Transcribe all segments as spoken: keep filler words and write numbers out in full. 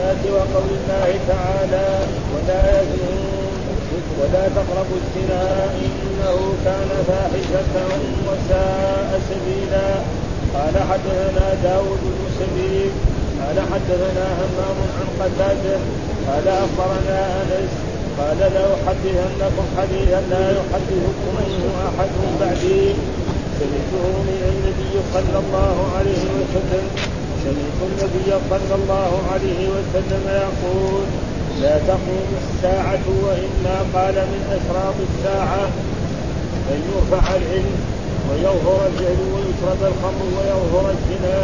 المحصنات وقول الله تعالى ولا يزنون ولا تقربوا الزنا إنه كان فاحشة وساء سبيلا. قال حدثنا داود بن سبيل قال حدثنا همام عن قتادة قال أخبرنا أنس قال لأحدثنكم حديثا لا يحدثكم منه أحد بعدي سمعته من النبي صلى الله عليه وسلم سمعت النبي صلى الله عليه وسلم يقول لا تقوم الساعة وإنا قال من أشراط الساعة أن يرفع العلم ويظهر الجهل ويشرب الخمر ويظهر الزنا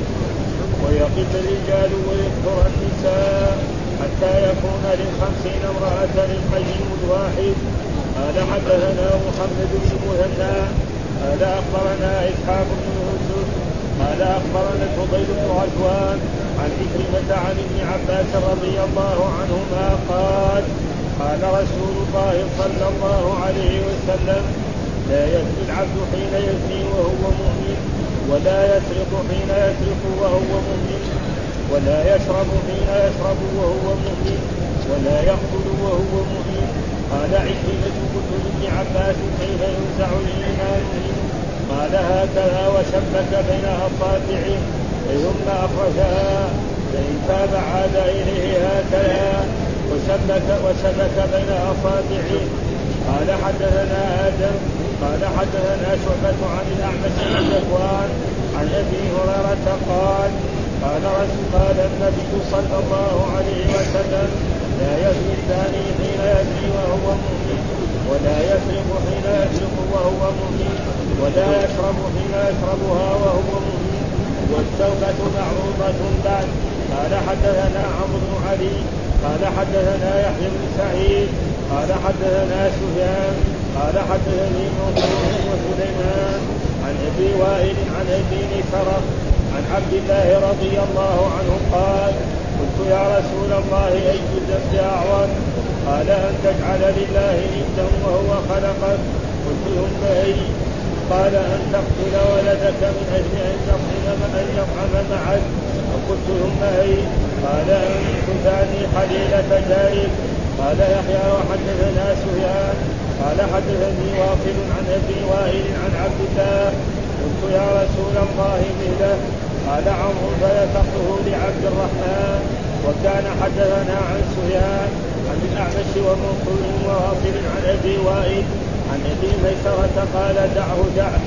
ويقل الرجال ويكثر النساء حتى يكون للخمسين امرأة للقيم الواحد. قال حدثنا محمد بن مهنا قال أخبرنا إسحاق بن يوسف قال أخبرنا الفضيل بن غزوان عن عكرمة عن ابن عباس رضي الله عنهما قال قال رسول الله صلى الله عليه وسلم لا يزني العبد حين يزني وهو مؤمن ولا يسرق حين يسرق وهو مؤمن ولا يشرب حين يشرب وهو مؤمن ولا يقتل وهو مؤمن. قال عكرمة قلت لابن عباس كيف ينزع الإيمان منه؟ قال هكذا وشبك بين أصابعه ثم أخرجها فإن تاب عاد إليه هكذا وشبك, وشبك بين أصابعه. قال حدثنا آدم قال حدثنا شعبة عن الأعمش عن ذكوان عن أبي هريرة قال قال رسول قال النبي صلى الله عليه وسلم لا يزني الزاني حين يزني وهو مؤمن ولا يسرق حين يسرق وهو مؤمن ولا يشرب حين يشربها وهو مؤمن والتوبة معروضة بعد. قال حدثنا عمرو بن علي قال حدثنا يحيى بن سعيد قال حدثنا سفيان قال حدثني منصور وسليمان عن ابي وائل عن ابي نصر عن عبد الله رضي الله عنه قال قلت يا رسول الله اي الذنب اعظم؟ قال ان تجعل لله ندا وهو خلقك. قلت ثم اي؟ قال ان تقتل ولدك من اجل ان يطعم ان يطعم معك. قلت ثم اي؟ قال ان تثاني حليلة جارك. قال يحيى وحدثنا سفيان قال حدثني واصل عن ابي وائل عن عبد الله. قلت يا رسول الله مثله. قال عمرو فذكرته لعبد الرحمن وكان حدثنا عن سفيان عن الأعمش ومنصور وواصل عن ابي وائل عن ابي ميسرة قال دعه دعه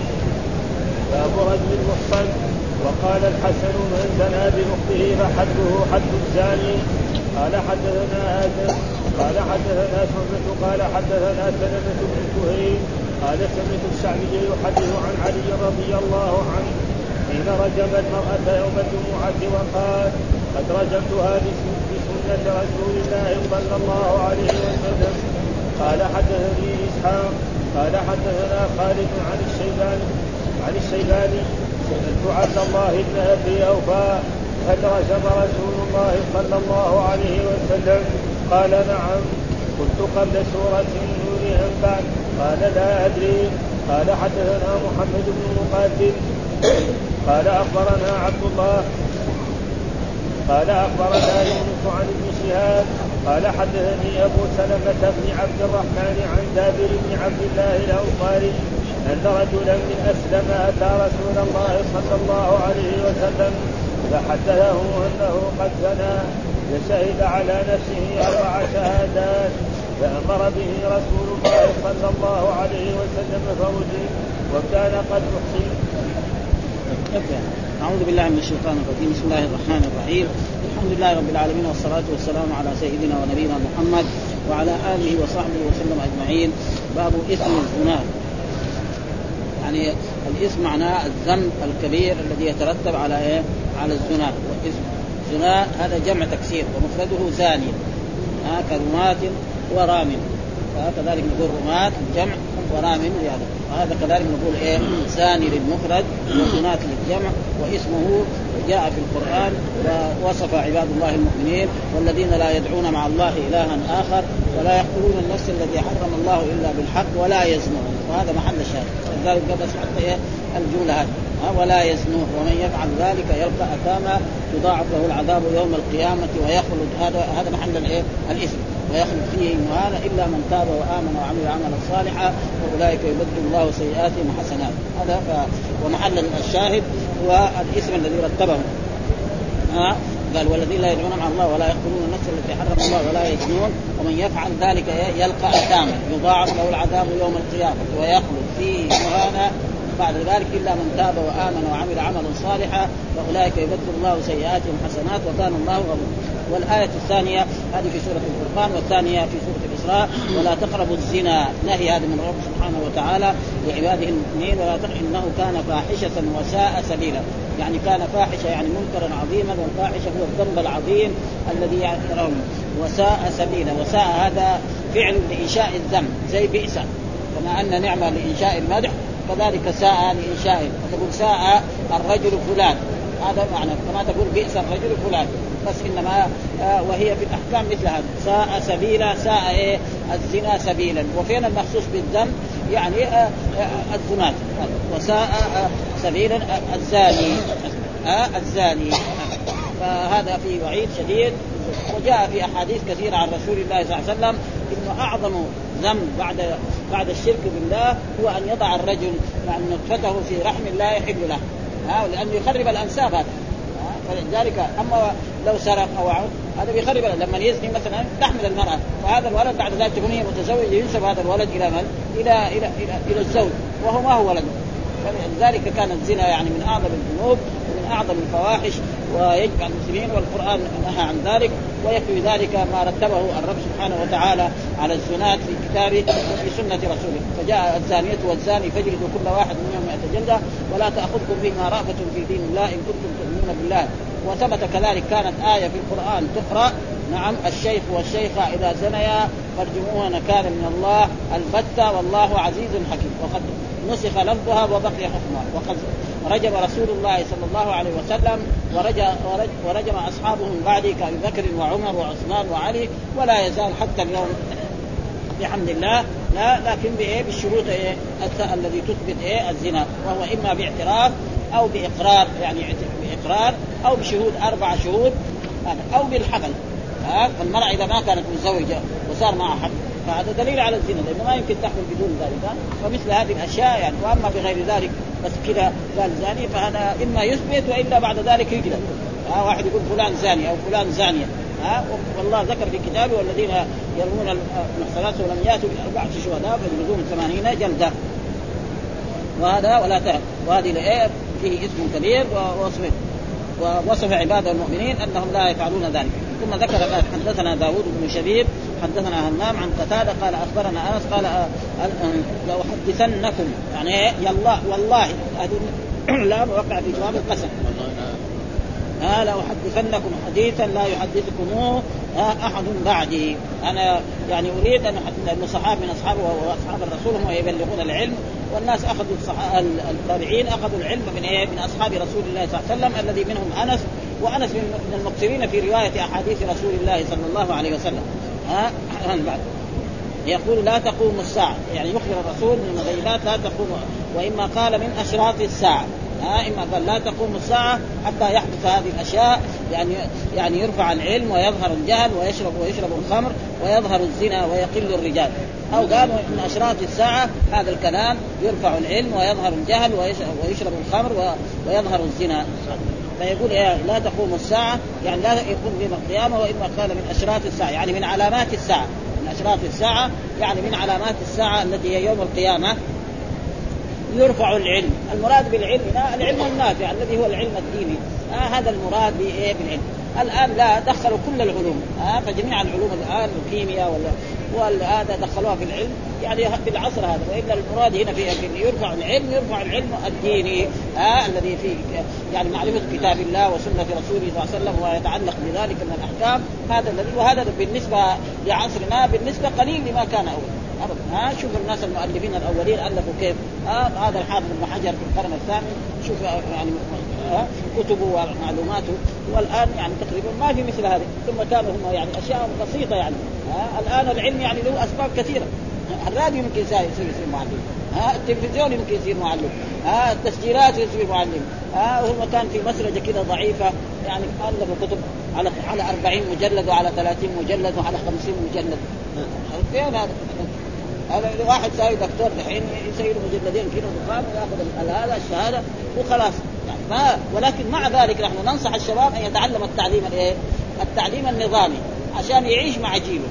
باب رجل المحصن. وقال الحسن من زنى بأخته فحده حد الزاني. قال حدثنا آدم قال حدثنا شعبة قال حدثنا سلمة بن كهيل قال سمعت الشعبي يحدث عن علي رضي الله عنه حين رجم المرأة يوم الجمعة وقال قد رجمتها بسنة رسول الله صلى الله عليه وسلم. قال حدثني إسحاق قال حدثنا خالد عن الشيباني عن الشيباني سألت عبد الله بن أبي أوفى هل رجم رسول الله صلى الله عليه وسلم؟ قال نعم. قلت قبل سورة النور أم بعد؟ قال لا أدري. قال حدثنا محمد بن مقاتل قال أخبرنا عبد الله قال أخبرنا يونس عن ابن شهاب قال حدثني أبو سلمة بن عبد الرحمن عن جابر بن عبد الله الأنصاري أن رجلا من أسلم أتى رسول الله صلى الله عليه وسلم فحدثه أنه قد زنى فشهد على نفسه أربع شهادات فأمر به رسول الله صلى الله عليه وسلم فرجم وكان قد أحسن. أعوذ بالله من الشيطان الرجيم. بسم الله الرحمن الرحيم. الحمد لله رب العالمين والصلاة والسلام على سيدنا ونبينا محمد وعلى آله وصحبه وسلم أجمعين. باب اسم الزنا. يعني الاسم معناه الذنب الكبير الذي يترتب على إيه؟ على الزنا. واسم زنا هذا جمع تكسير ومفرده زاني آه كرمات ورام. فكذلك نقول رمات الجمع ورام يعني. هذا كذلك نقول ايه زاني للمفرد وزنات للجمع. واسمه جاء في القرآن ووصف عباد الله المؤمنين والذين لا يدعون مع الله إلها آخر ولا يقتلون النفس التي حرم الله إلا بالحق ولا يزنون. وهذا محل الشاهد. لذلك بس حتى ايه الجملة هذه ولا يزنون ومن يفعل ذلك يلقى أثاما يضاعف له العذاب يوم القيامة ويخلد، هذا هذا محل الايه الإثم، ويخلد فيه مهانا إلا من تاب وآمن وعمل عملا صالحا فأولئك يبدل الله سيئاتهم حسنات. هذا ف... ومحل الشاهد هو الإثم الذي رتبه. ها قال والذين لا يدعون مع الله ولا يقتلون النفس التي حرم الله ولا يزنون ومن يفعل ذلك يلقى أثاما يضاعف له العذاب يوم القيامة ويخلد فيه مهانا بعد ذلك إلا من تاب وآمن وعمل عملا صالحا فأولئك يبدل الله سيئاتهم حسنات وكان الله غفورا. والآية الثانية هذه في سورة الفرقان والثانية في سورة الإسراء ولا تقربوا الزنا، نهي هذا من رب سبحانه وتعالى لعباده المؤمنين ولا تقربوا إنه كان فاحشة وساء سبيلا، يعني كان فاحشة يعني منكرا عظيما، والفاحشة هو الذنب العظيم الذي يعترض، وساء سبيلا، وساء هذا فعل لإنشاء الذنب زي بئس، كما أن نعمة لإنشاء المدح كذلك ساء لإنشاء، فتقول ساء الرجل فلان هذا معنى، كما تقول بئس الرجل فلان، بس إنما آه وهي في الأحكام مثل هذا ساء سبيلا، ساء إيه الزنا سبيلا، وفين المخصوص بالذنب يعني آه آه الزنات، وساء آه سبيلا آه الزاني آه الزاني آه فهذا فيه وعيد شديد. وجاء في أحاديث كثيرة عن رسول الله صلى الله عليه وسلم إنه أعظم ذنب بعد بعد الشرك بالله هو أن يضع الرجل يعني نطفته في رحم لا يحل له، ها لأنه يخرب الأنساب هذا، فلذلك أما لو سرق أو عمل هذا بيخرب، لما يزني مثلا تحمل المرأة فهذا الولد بعد ذلك تكون هي متزوجة ينسب هذا الولد إلى من؟ إلى إلى إلى, إلى الزوج وهو ما هو ولده. فلذلك كان الزنا يعني من أعظم الذنوب ومن أعظم الفواحش ويجب على المسلمين، والقرآن نهى عن ذلك، ويكفي ذلك ما رتبه الرب سبحانه وتعالى على الزنات في كتابه وفي سنة رسوله. فجاء الزانية والزاني فاجلدوا كل واحد منهم مئة جلدة ولا تأخذكم بما رأفة في دين الله إن كنتم تؤمنون بالله. وثبت كذلك كانت آية في القرآن تقرأ نعم الشيخ والشيخة إذا زنيا فارجموها نكالا من الله البتة والله عزيز حكيم، وقد نسخ لفظها وبقي حكمها. وقد رجم رسول الله صلى الله عليه وسلم ورجم أصحابه من بعده كأبي بكر وعمر وعثمان وعلي، ولا يزال حتى اليوم بحمد الله، لا لكن بإيه بالشروط إيه الذي تثبت إيه الزنا، وهو إما باعتراف أو بإقرار يعني بإقرار أو بشهود أربع شهود أو بالحمل. فالمرأة إذا ما كانت متزوجة وصار معها حمل فهذا دليل على الزنا، لأنه ما يمكن تحمل بدون ذلك. فمثل هذه الأشياء يعني، وأما بغير ذلك بس كذا قال زاني فهذا إما يثبت وإلا بعد ذلك يجلد. ها واحد يقول فلان زاني أو فلان زانية، ها والله ذكر في كتابه والذين يرمون المحصنات ولم يأتوا بأربعة شهداء فيجلدون ثمانين جلدة. وهذا ولا تهب، وهذه الآية فيه اسم كبير ووصف ووصف عباده المؤمنين أنهم لا يفعلون ذلك. ثم ذكر قال حدثنا داود بن شبيب حدثنا همام عن قتادة قال أخبرنا أنس قال لو حدثنكم يعني يلا والله هذه لا موقع في جواب القسم، ها لو حدثنكم حديثا لا يحدثكموه أحد بعدي. أنا يعني أريد أن أحدث الصحابة من أصحابه وأصحاب الرسول هم يبلغون العلم، والناس أخذوا التابعين أخذوا العلم من إيه من أصحاب رسول الله صلى الله عليه وسلم الذي منهم أنس، وأنس من المكثرين في رواية أحاديث رسول الله صلى الله عليه وسلم. ها يقول لا تقوم الساعة، يعني يخبر الرسول من الغيبات لا تقوم، وإما قال من أشراط الساعة، ها إما قال لا تقوم الساعة حتى يحدث هذه الأشياء، يعني يعني يرفع العلم ويظهر الجهل ويشرب ويشرب الخمر ويظهر الزنا ويقل الرجال، أو قال من أشراط الساعة هذا الكلام يرفع العلم ويظهر الجهل ويشرب الخمر ويظهر الزنا. فيقول إيه لا تقوم الساعة يعني لا يقوم بما القيامة، وإما قال من أشراط الساعة يعني من علامات الساعة، من أشراط الساعة يعني من علامات الساعة التي هي يوم القيامة يرفع العلم. المراد بالعلم لا العلم النافع الذي هو العلم الديني، آه هذا المراد بإيه بالعلم. الآن لا دخلوا كل العلوم، آه فجميع العلوم الآن الكيمياء ولا وهذا دخلوها في العلم يعني في العصر هذا، وإلا المراد هنا في يرفع العلم يرفع العلم الديني آه الذي فيه يعني معرفة كتاب الله وسنة رسوله صلى الله عليه وسلم ويتعلق بذلك من الأحكام، هذا الذي وهذا بالنسبة لعصرنا بالنسبة قليل لما كان أول. ها شوف الناس المؤلفين الأولين ألفوا كيف، آه هذا الحافظ ابن حجر في القرن الثامن شوف يعني آه كتبه ومعلوماته، والآن يعني تقريبا ما في مثل هذه. ثم كانوا هم يعني أشياء بسيطة يعني، آه الآن العلم يعني له أسباب كثيرة. الراديو يمكن يصير يصير معلم، ها التلفزيون يمكن يصير معلم، ها التسجيلات يصير معلم، ها هو كان في مسرجة كده ضعيفة يعني ألف كتب على على أربعين مجلد وعلى ثلاثين مجلد وعلى خمسين مجلد. فين هذا؟ هذا واحد ساوي دكتور الحين يسوي له مجلدين كده وقام وياخذ هذا الشهادة وخلاص يعني ما. ولكن مع ذلك نحن ننصح الشباب أن يتعلم التعليم الايه؟ التعليم النظامي عشان يعيش مع جيله.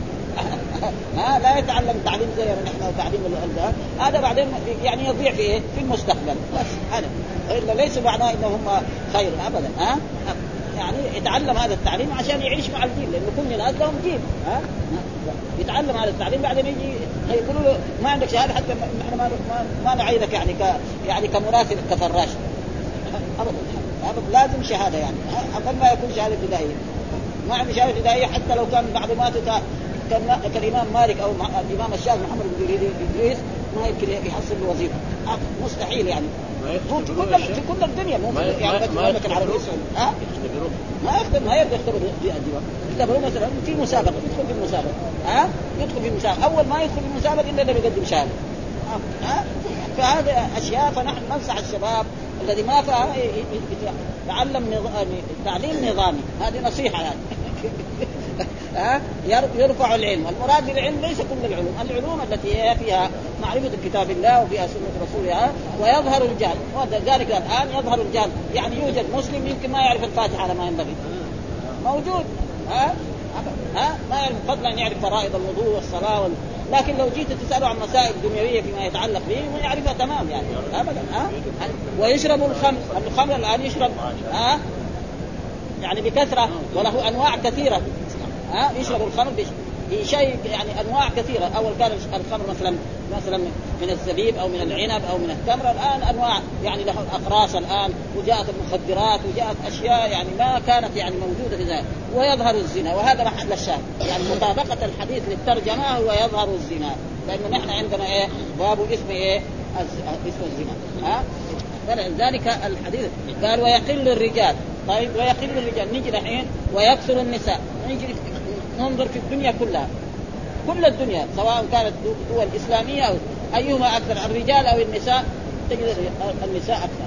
ها لا يتعلم تعليم زي نحن تعليم الألداد هذا بعدين يعني يضيع في إيه؟ في المستقبل بس هذا. إلا ليس معناه إنهم خير أبدا. ها يعني يتعلم هذا التعليم عشان يعيش مع الجيل لأنه كل الناس لهم جيل. ها يتعلم هذا التعليم بعدين يجي يقولوا له ما عندك شهادة حتى نحن ما ما, ما نعينك يعني ك يعني كمراسل كفراش أبدا. أبدا لازم شهادة يعني أقل ما يكون شهادة ابتدائية. ما عندي شهادة ابتدائية حتى لو كان معلوماته كان كالإمام مالك أو الإمام الشافعي محمد بن إدريس ما يمكن يحصل له وظيفة مستحيل يعني في كل في كل الدنيا مو يعني المملكة العربية السعودية ها ما يقدر ما يقدر يختبر الدواء. يختبروا مثلا في مسابقة يدخل في المسابقة ها يدخل في المسابقة أول ما يدخل في المسابقة إلا اللي بيقدم شهادة ها. فهذا أشياء فنحن ننصح الشباب الذي ما فهم يتعلم تعليم نظامي. هذه نصيحة يعني ها يرفع العلم. المراد بالعلم ليس كل العلوم، العلوم التي هي فيها معرفة كتاب الله وفيها سنة رسولها ويظهر الجهل. وذلك الآن يظهر الجهل يعني يوجد مسلم يمكن ما يعرف الفاتحة على ما ينبغي موجود ها ها ما يعرف فضلا أن يعرف فرائض الوضوء والصلاة وال... لكن لو جيت تسأله عن مسائل دنيوية فيما يتعلق به ما يعرفها تمام يعني أبدا. ها ويشرب الخمر. الخمر الآن يشرب ها يعني بكثرة وله أنواع كثيرة. ها يشرب الخمر بشيء يعني أنواع كثيرة. أول كان الخمر مثلا مثلا من الزبيب أو من العنب أو من التمر. الآن أنواع يعني له أقراص الآن وجاءت المخدرات وجاءت أشياء يعني ما كانت يعني موجودة في ذلك. ويظهر الزنا وهذا محل الشاهد يعني مطابقة الحديث للترجمة هو يظهر الزنا لأنه نحن عندنا إيه باب اسم إيه اسم الزنا. ها فلذلك الحديث قال ويقل الرجال. طيب ويقل الرجال نيجي الحين ويكثر النساء. نيجي ننظر في الدنيا كلها كل الدنيا سواء كانت دول إسلامية أو أيهما أكثر الرجال أو النساء تجد النساء أكثر.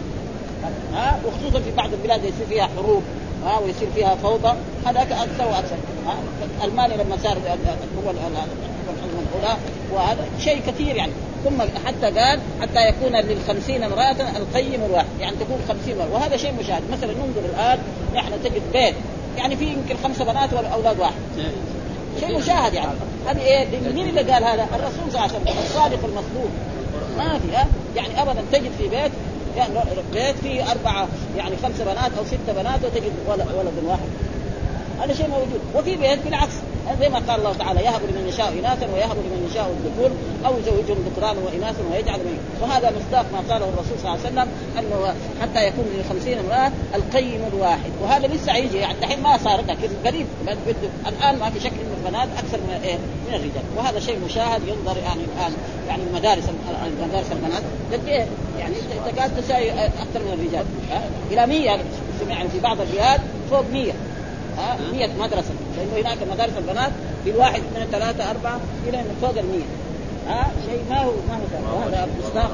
ها وخصوصا في بعض البلاد يصير فيها حروب ها ويصير فيها فوضى هذاك أكثر وأكثر. ألمانيا لما صار الدول الأولى وهذا شيء كثير يعني. ثم حتى قال حتى يكون للخمسين امرأة القيم الواحد يعني تكون خمسين امرأة وهذا شيء مشاهد. مثلا ننظر الآن نحن تجد بيت يعني في يمكن خمسة بنات والأولاد واحد شيء مشاهد يعني. هذه إيه مين اللي قال هذا؟ الرسول صلى الله عليه وسلم الصادق المصدوق. ما في ها يعني أبدا تجد في بيت يعني بيت فيه أربعة يعني خمسة بنات أو ستة بنات وتجد ولد واحد. هذا شيء موجود. وفي بيت بالعكس زي ما قال الله تعالى يهب لمن يشاء إناثا ويهب لمن يشاء الذكور أو يزوجهم ذكرانا وإناثا ويجعل من. وهذا مصداق ما قاله الرسول صلى الله عليه وسلم أنه حتى يكون لخمسين امرأة القيم الواحد. وهذا لسه يجي يعني الحين ما صار لكن قريب الآن ما في شك إن البنات أكثر من إيه من الرجال. وهذا شيء مشاهد ينظر يعني الآن يعني المدارس المدارس البنات قد إيه يعني تكاد تساوي أكثر من الرجال إلى مية يعني سمعنا في بعض البلاد فوق مية ها مية مدرسة لأنه هناك مدارس البنات بالواحد اثنين ثلاثة أربعة إلى فوق المية. ها شيء ما هو ما هو وهذا مصداق.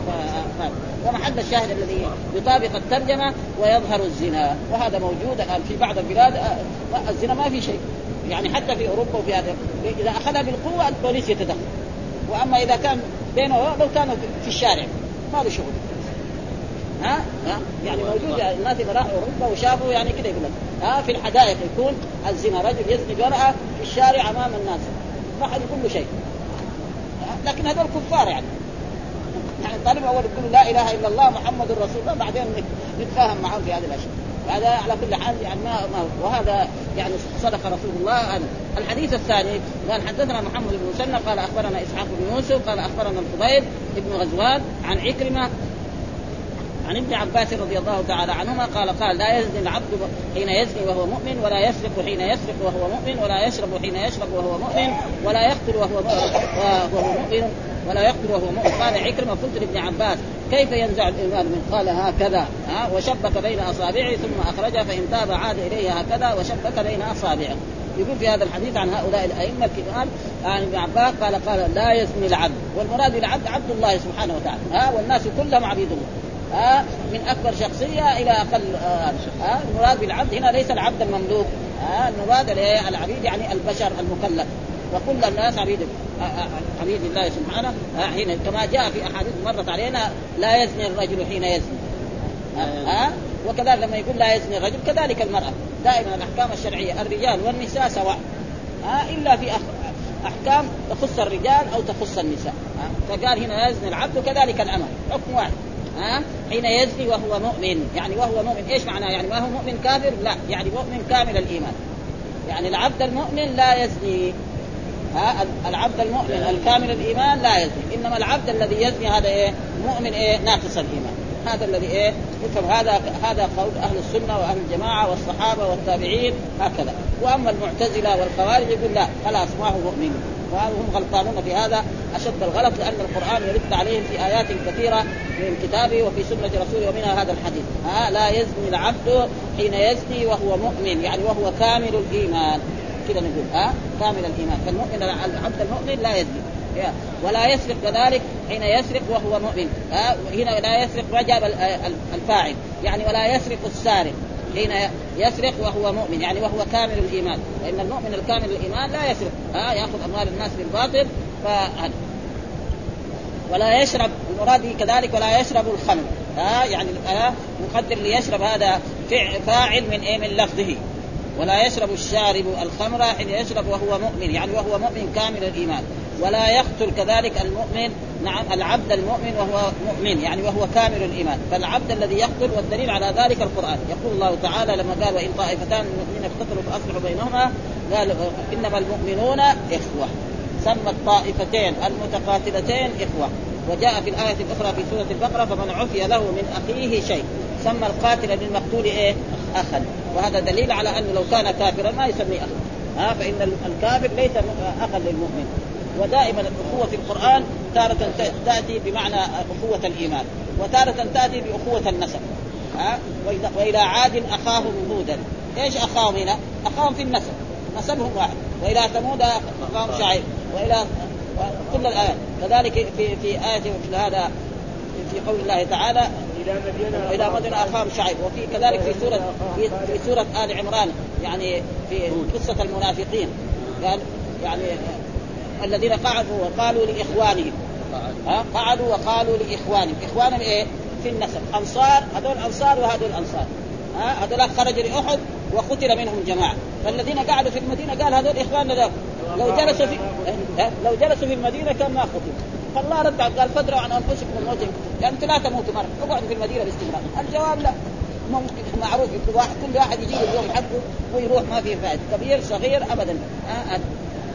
ومحل الشاهد الذي يطابق الترجمة ويظهر الزنا. وهذا موجود الآن في بعض البلاد الزنا ما في شيء يعني حتى في أوروبا وفي هذا إذا أخذها بالقوة البوليس يتدخل. وأما إذا كان بينه لو كانوا في الشارع ما له شغل. ها ها يعني موجود الناس اللي راحوا أوروبا وشافوا يعني كده يقول لك ها في الحدائق يكون الزنا رجل يزني جرأة في الشارع أمام الناس ما حد يقول له شيء. لكن هذول كفار يعني يعني الطالب أول يقول لا إله إلا الله محمد رسول الله بعدين نتفاهم معهم في هذه الأشياء. هذا على كل حال يعني ما, ما وهذا يعني صدق رسول الله. أنا الحديث الثاني قال حدثنا محمد بن مسنى قال أخبرنا إسحاق بن يوسف قال أخبرنا الفضيل بن غزوان عن عكرمة عن ابن عباس رضي الله تعالى عنهما قال قال لا يزني العبد حين يزني وهو مؤمن ولا يسرق حين يسرق وهو مؤمن ولا يشرب حين يشرب وهو مؤمن ولا يقتل وهو مؤمن ولا يقتل وهو مؤمن. قال عكرمة قلت لابن عباس كيف ينزع الإيمان من قال هكذا ها وشبك بين أصابعه ثم أخرجها فإن تاب عاد إليه هكذا وشبك بين أصابعه. يقول في هذا الحديث عن هؤلاء الأئمة الكبار عن ابن عباس قال قال لا يزني العبد، والمراد بالعبد عبد الله سبحانه وتعالى، ها والناس كلهم عبيد الله، ها من أكبر شخصية إلى أقل. ها المراد بالعبد هنا ليس العبد المملوك، ها المراد العبيد يعني البشر المكلف، وكل الناس عبيد عبيد الله سبحانه. حين كما جاء في أحاديث مرت علينا لا يزني الرجل حين يزني، ها وكذلك لما يقول لا يزني الرجل كذلك المرأة. دائما الأحكام الشرعية الرجال والنساء سواء، ها إلا في أحكام تخص الرجال أو تخص النساء. فقال هنا يزني العبد كذلك الأمر، حكم واحد. ها حين يزني وهو مؤمن، يعني وهو مؤمن إيش معناه؟ يعني ما هو مؤمن كافر، لا، يعني مؤمن كامل الإيمان. يعني العبد المؤمن لا يزني، ها العبد المؤمن الكامل الإيمان لا يزني، إنما العبد الذي يزني هذا إيه؟ مؤمن إيه؟ ناقص الإيمان. هذا الذي إيه؟ يفهم هذا هذا قول أهل السنة وأهل الجماعة والصحابة والتابعين هكذا. وأما المعتزلة والخوارج يقول لا خلاص ما هو مؤمن، وهم غلطانون في هذا أشد الغلط، لأن القرآن يرد عليهم في آيات كثيرة من كتابه وفي سنة رسوله، ومنها هذا الحديث ها لا يزني العبد حين يزني وهو مؤمن، يعني وهو كامل الإيمان كده نقول ها كامل الإيمان. فالمؤمن العبد المؤمن لا يزني ولا يسرق كذلك حين يسرق وهو مؤمن. ها هنا لا يسرق رجب الفاعل، يعني ولا يسرق السارق حين يسرق وهو مؤمن، يعني وهو كامل الإيمان، فإن المؤمن الكامل الإيمان لا يسرق، ها يأخذ أموال الناس بالباطل. فهذا ولا يشرب، المراد كذلك ولا يشرب الخمر، ها يعني مقدر ليشرب هذا فاعل من إيه؟ من لفظه. ولا يشرب الشارب الخمر حين يشرب وهو مؤمن، يعني وهو مؤمن كامل الإيمان. ولا يقتل كذلك المؤمن، نعم العبد المؤمن وهو مؤمن، يعني وهو كامل الإيمان. فالعبد الذي يقتل، والدليل على ذلك القرآن، يقول الله تعالى لما قال وإن طائفتان من المؤمنين اقتتلوا فأصلحوا بينهما قال إنما المؤمنون إخوة، سمى الطائفتين المتقاتلتين إخوة. وجاء في الآية الأخرى في سورة البقرة فمن عفي له من أخيه شيء سمى القاتل للمقتول إيه؟ أخا. وهذا دليل على أنه لو كان كافرا ما يسميه أخا، ها فإن الكافر ليس أخا للمؤمن. ودائما الأخوة في القرآن تارة تأتي بمعنى أخوة الإيمان، وتارة تأتي بأخوة النسب. ها وإلى عاد أخاهم هودا، إيش أخاهم هنا؟ أخاهم في النسب، نسبهم واحد. وإلى ثمود أخاهم شعيب، وإلى كل الآيات كذلك. في في آية في هذا في قول الله تعالى إلى مدن أخاهم شعيب. وفي كذلك في سورة في, في سورة آل عمران، يعني في قصة المنافقين قال يعني الذين قعدوا وقالوا لإخوانهم، ها قعدوا وقالوا لإخوانهم، إخوانهم إيه؟ في النسب، أنصار، هذول أنصار وهذول أنصار، ها هذول خرجوا لأحد وقتل منهم جماعة. فالذين قعدوا في المدينة قال هذول إخواننا ذاك، لو جلسوا في لو جلسوا في المدينة كان ما قتلوا. فالله رد قال فادروا عن أنفسكم الموت، يعني لا تموتوا مرة، اقعدوا في المدينة باستمرار. الجواب لا، معروف كل واحد كل واحد يجيب اليوم حقه ويروح، ما فيه فائدة، كبير صغير أبدا. آه آه.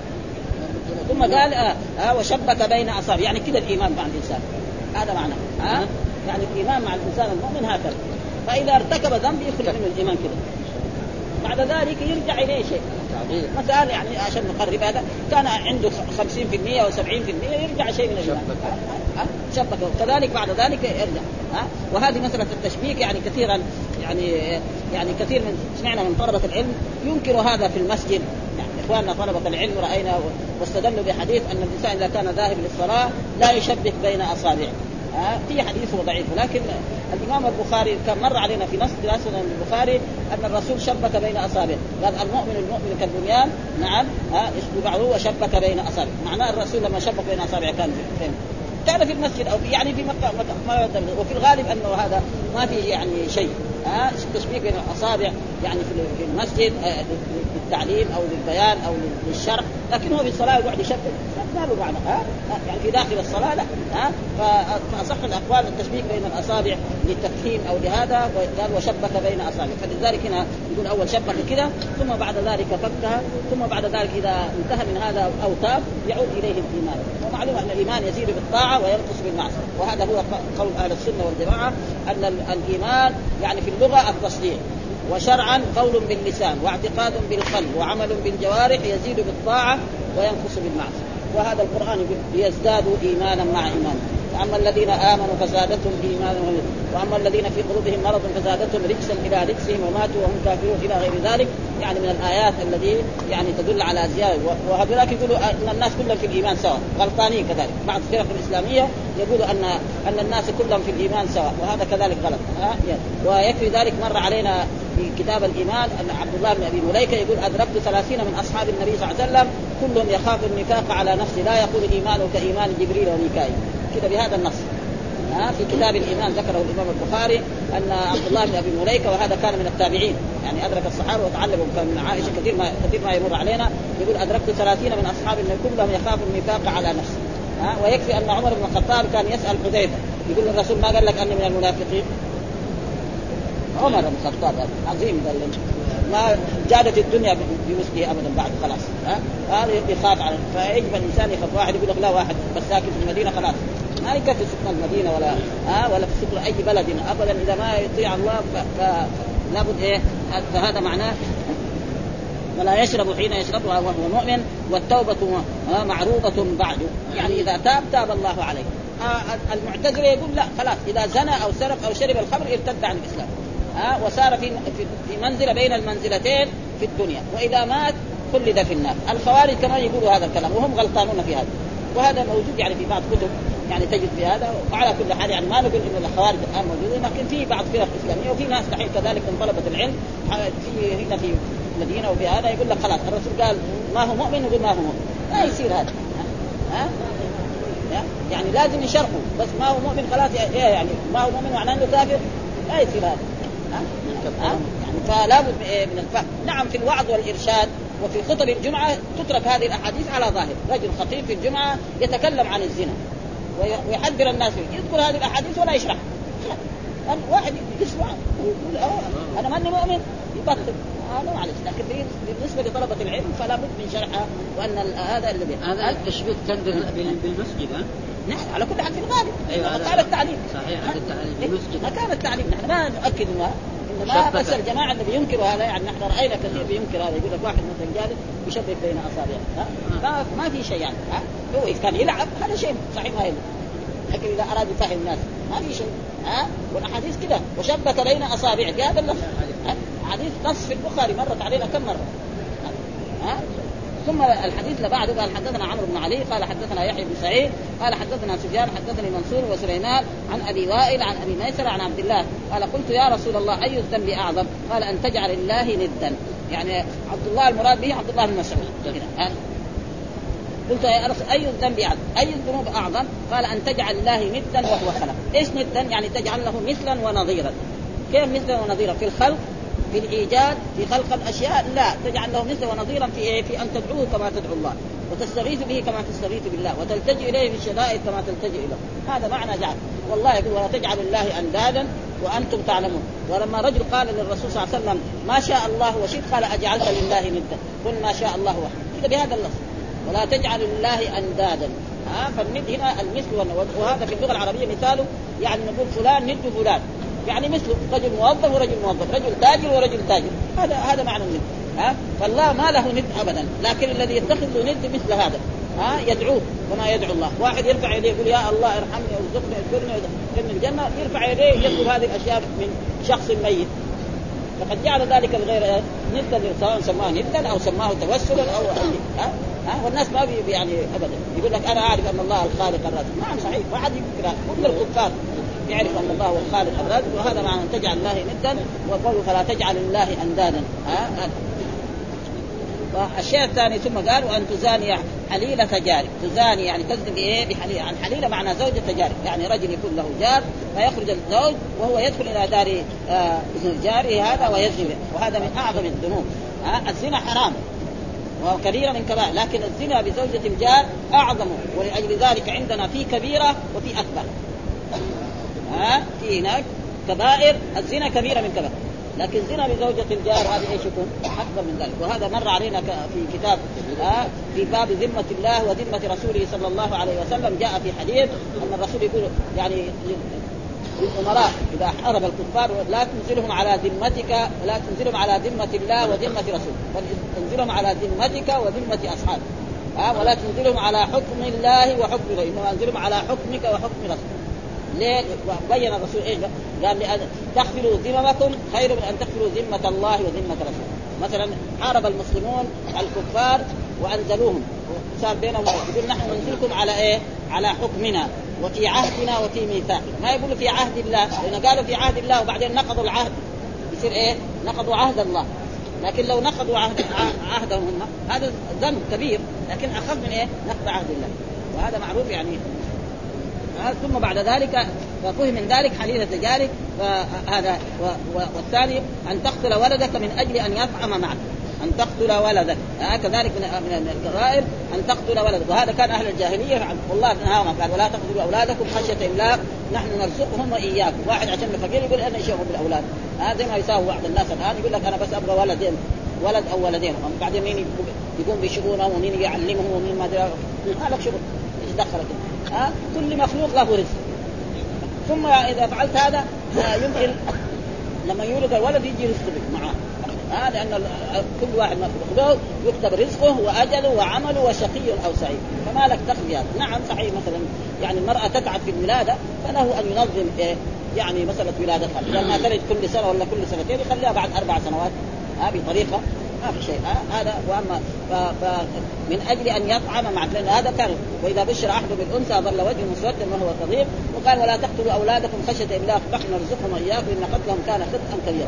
ثم قال آه آه وشبك بين أصابع، يعني كده الإيمان مع الإنسان، هذا معناه. آه يعني الإيمان مع الإنسان المؤمن هكذا. فإذا ارتكب ذنب يخرج منه الإيمان كده، بعد ذلك يرجع إليه شيء. مثلا يعني عشان نقرب هذا كان عنده خمسين في المية أو سبعين في المية يرجع شيء من الإيمان، شبكه كذلك بعد ذلك يرجع. ها وهذه مسألة التشبيك يعني كثيرا يعني يعني كثير من سمعنا من طلبة العلم ينكر هذا في المسجد. يعني إخواننا طلبة العلم رأينا واستدلوا بحديث أن الإنسان إذا كان ذاهب للصلاة لا يشبك بين أصابعه. ها في حديث ضعيف، لكن الإمام البخاري كان مر علينا في نص دراسة البخاري أن الرسول شبك بين أصابعه، قال المؤمن المؤمن كالبنيان، نعم ها يشبه بعضه وشبك بين أصابعه. معناه الرسول لما شبك بين أصابعه كان فين؟ كان في المسجد أو يعني في مكة، وفي الغالب أنه هذا ما في يعني شيء. ها التشبيك بين الأصابع يعني في المسجد للتعليم أو للبيان أو للشرح، لكن هو في الصلاة يقعد يشبك ما له معنى. ها يعني في داخل الصلاة لا. ها فأصح الأقوال التشبيك بين الأصابع للتفهيم أو لهذا، قال وشبك بين أصابع. فلذلك هنا يقول أول شبك كده ثم بعد ذلك فكها، ثم بعد ذلك إذا انتهى من هذا أو تاب يعود إليه الإيمان. ومعلوم أن الإيمان يزيد بالطاعة وينقص بالمعصية، وهذا هو قول أهل السنة والجماعة أن الإيمان يعني في اللغة التصديق، وشرعا قول باللسان واعتقاد بالقلب وعمل بالجوارح يزيد بالطاعة وينقص بالمعصية. وهذا القرآن يقول ليزدادوا إيمانا مع إيمان. أما الذين آمنوا فزادتهم إيمانا، وأما الذين في قلوبهم مرض فزادتهم رجسا إلى رجسهم وماتوا وهم كافرون إلى غير ذلك. يعني من الآيات الذي يعني تدل على زيادة. وهؤلاء يقولوا أن الناس كلهم في الإيمان سواء، غلطانين كذلك. بعض الفرق الإسلامية يقولوا أن أن الناس كلهم في الإيمان سواء، وهذا كذلك غلط. ها ويكفي ذلك مر علينا في كتاب الإيمان أن عبد الله بن أبي مليكة يقول أدركت ثلاثين من أصحاب النبي صلى الله عليه وسلم كلهم يخاف النفاق على نفسه لا يقول الإيمان كإيمان جبريل وميكائيل، كده بهذا النص. ها في كتاب الإيمان ذكره الإمام البخاري أن عبد الله بن أبي مليكة وهذا كان من التابعين، يعني أدرك الصحابة وتعلموا من عائشة كثير ما كثير ما يمر علينا، يقول أدركت ثلاثين من أصحاب النبي كلهم يخاف النفاق على نفسه. ها ويكفي أن عمر بن الخطاب كان يسأل حذيفة يقول الرسول ما قال لك أني من المنافقين؟ عمر بن الخطاب عظيم ما جادت الدنيا بمثله أبدا بعد خلاص. ها هذا يخاف على، فيجب الإنسان يخاف. واحد يقول لك لا واحد بس ساكن في المدينة خلاص ما يكفي سكن المدينة ولا ها ولا في سكن أي بلد أبدا إذا ما يطيع الله فلابد إيه. فهذا معناه ولا يشرب حين يشربها وهو مؤمن والتوبة معروضة بعد، يعني إذا تاب تاب الله عليه. المعتزلة يقول لا خلاص إذا زنى أو سرق أو شرب الخمر ارتد عن الإسلام ها وصار في في منزلة بين المنزلتين في الدنيا، وإذا مات خلد في النار. الخوارج كمان يقولوا هذا الكلام وهم غلطانون في هذا، وهذا موجود يعني في بعض كتب يعني تجد في هذا. وعلى كل حال يعني ما نقول إن الخوارج الآن موجودين، لكن في بعض فرق إسلامية وفي ناس دحين كذلك من طلبة العلم في هنا في المدينة وفي هذا يقول لك خلاص الرسول قال ما هو مؤمن يقول ما هو مؤمن، لا يصير هذا. ها يعني لازم يشرحوا بس ما هو مؤمن خلاص إيه يعني ما هو مؤمن معناه إنه كافر، لا يصير هذا. ها يعني فلا بد من الفهم. نعم في الوعظ والإرشاد وفي خطب الجمعة تترك هذه الأحاديث على ظاهر. رجل خطيب في الجمعة يتكلم عن الزنا ويحذر الناس فيه يذكر هذه الأحاديث ولا يشرح. واحد يسمع ويقول أنا ماني مؤمن يبطل هذا معلش. لكن بالنسبة لطلبة العلم فلا بد من شرحها. وأن هذا الذي هذا التشبيه كان بالمسجد. نحن على كل حال في الغالب أيوة قال التعليم صحيح هذا التعليم بالمسجد ما كان التعليم. نحن ما نؤكد ما إنما بس الجماعة اللي بينكروا هذا يعني نحن رأينا كثير بينكر هذا. يقول لك واحد مثلا جالس يشبك بين أصابعه ها ما في شيء يعني. ها هو إذا كان يلعب هذا شيء صحيح ما يلعب، لكن إذا أراد يفهم الناس ما في شيء. ها والأحاديث كده وشبك بين أصابعه هذا اللفظ. حديث نص في البخاري مرت علينا كم مرة. ها ثم الحديث اللي بعده قال حدثنا عمرو بن علي قال حدثنا يحيى بن سعيد قال حدثنا سفيان حدثني منصور وسليمان عن أبي وائل عن أبي ميسر عن عبد الله قال قلت يا رسول الله أي الذنب أعظم؟ قال أن تجعل الله ندا. يعني عبد الله المراد به عبد الله بن مسعود. قلت يا رسول أي الذنب أعظم؟ أي الذنوب أعظم؟ قال أن تجعل الله ندا وهو خلق. إيش ندا؟ يعني تجعل له مثلا ونظيرا. كيف مثلا ونظيرا؟ في الخلق في الإيجاد في خلق الأشياء لا تجعل له مثل ونظيرا في إيه؟ في أن تدعوه كما تدعو الله وتستغيث به كما تستغيث بالله وتلتجئ إليه في الشدائد كما تلتجئ إليه. هذا معنى جعل. والله يقول ولا تجعل الله أندادا وأنتم تعلمون. ولما رجل قال للرسول صلى الله عليه وسلم ما شاء الله وشئت قال أجعلت لله ندا قل ما شاء الله وحده بهذا اللفظ ولا تجعل الله أندادا. ها فالند هنا المثل. وهذا في اللغة العربية مثاله يعني نقول فلان ند فلان يعني مثله رجل موظف ورجل موظف رجل تاجر ورجل تاجر. هذا هذا معنى الند. ها فالله ما له ند أبدا، لكن الذي يتخذ له ند مثل هذا ها يدعوه كما يدعو الله. واحد يرفع يديه يقول يا الله ارحمني وارزقني اذكرني وادخلني الجنة يرفع يديه يطلب هذه الأشياء من شخص ميت فقد جعل ذلك الغير ندا سواء سماه ندا أو سماه توسلا أو ها ها والناس ما بي يعني أبدا يقول لك أنا أعرف أن الله الخالق الرازق. نعم صحيح واحد يذكر كل الكفار يعرف أن الله هو الخالق الرازق. وهذا معنى أن تجعل الله ندا وقالوا فلا تجعل الله أندادا. ها والشيء الثاني ثم قال وأن تزاني حليلة جارك. تزاني يعني تزني بإيه؟ بحليلة. عن حليلة معنى زوجة جارك يعني رجل يكون له جار فيخرج الزوج وهو يدخل إلى دار آه جاره هذا ويزني. وهذا من أعظم الذنوب. آه الزنا حرام وهو كبيرة من كبائر، لكن الزنا بزوجة الجار أعظم. ولأجل ذلك عندنا في كبيرة وفي أكبر. ها في هناك كبائر الزنا كبيرة من كبائر، لكن زنا بزوجة الجار هذا ايش يكون اكبر من ذلك. وهذا مر علينا في كتاب ها في باب ذمة الله وذمة رسوله صلى الله عليه وسلم. جاء في حديث ان الرسول يقول يعني للأمراء اذا حارب الكفار لا تنزلهم على ذمتك لا تنزلهم على ذمة الله وذمة رسوله بل تنزلهم على ذمتك وذمة أصحابك ها ولا تنزلهم على حكم الله وحكم غيره انما انزلهم على حكمك وحكم رسولك. ليه؟ بين الرسول ايش قال لأن تغفروا ذممكم خير من ان تغفروا ذمة الله وذمة رسوله. مثلا حارب المسلمون الكفار وأنزلوهم صار بينهم يقول نحن ننزلكم على إيه؟ على حكمنا وفي عهدنا وفي ميثاقنا. ما يقولوا في عهد الله، لأن قالوا في عهد الله وبعدين نقضوا العهد يصير إيه؟ نقضوا عهد الله. لكن لو نقضوا عهد عهدهم هم هذا ذنب كبير، لكن أخذ من إيه؟ نقض عهد الله، وهذا معروف يعني. ثم بعد ذلك ففهم من ذلك حليلة ذلك. فهذا والثاني أن تقتل ولدك من أجل أن يطعم معك، أن تقتل ولدك كذلك من الكبائر أن تقتل ولدك. وهذا كان أهل الجاهلية والله نهاهم، قال ولا تقتلوا أولادكم خشية إملاق نحن نرزقهم وإياكم. واحد عشان فقير يقول أنا شيء بالأولاد، هذا ما يساوي بعض الناس الآن يقول لك أنا بس أبغى ولدين، ولد أو ولدين، بعدين مين يقوم بشؤونه ومين يعلمهم ومين ما درا هذا شغل إيش دخلك؟ ها كل مخلوق له رزق. ثم إذا فعلت هذا يمكن لما يولد الولد يجي رزقه معه، ها لأن كل واحد مخلوق يكتب رزقه وأجله وعمله وشقي أو سعيد، فما لك دخل بهذا. نعم صحيح مثلا يعني المرأة تتعب في الولادة فله أن ينظم إيه يعني مسألة ولادتها، لما تلد كل سنة ولا كل سنتين يخليها بعد أربع سنوات هذه بطريقة ما في شيء. هذا وأما من أجل أن يطعم معك، لأن هذا كان وإذا بشر أحد بالأنثى ظل وجهه مسودا وهو كظيم. وقال ولا تقتلوا أولادكم خشية إملاق نحن نرزقهم وإياكم إن قتلهم كان خطأ كبيرا.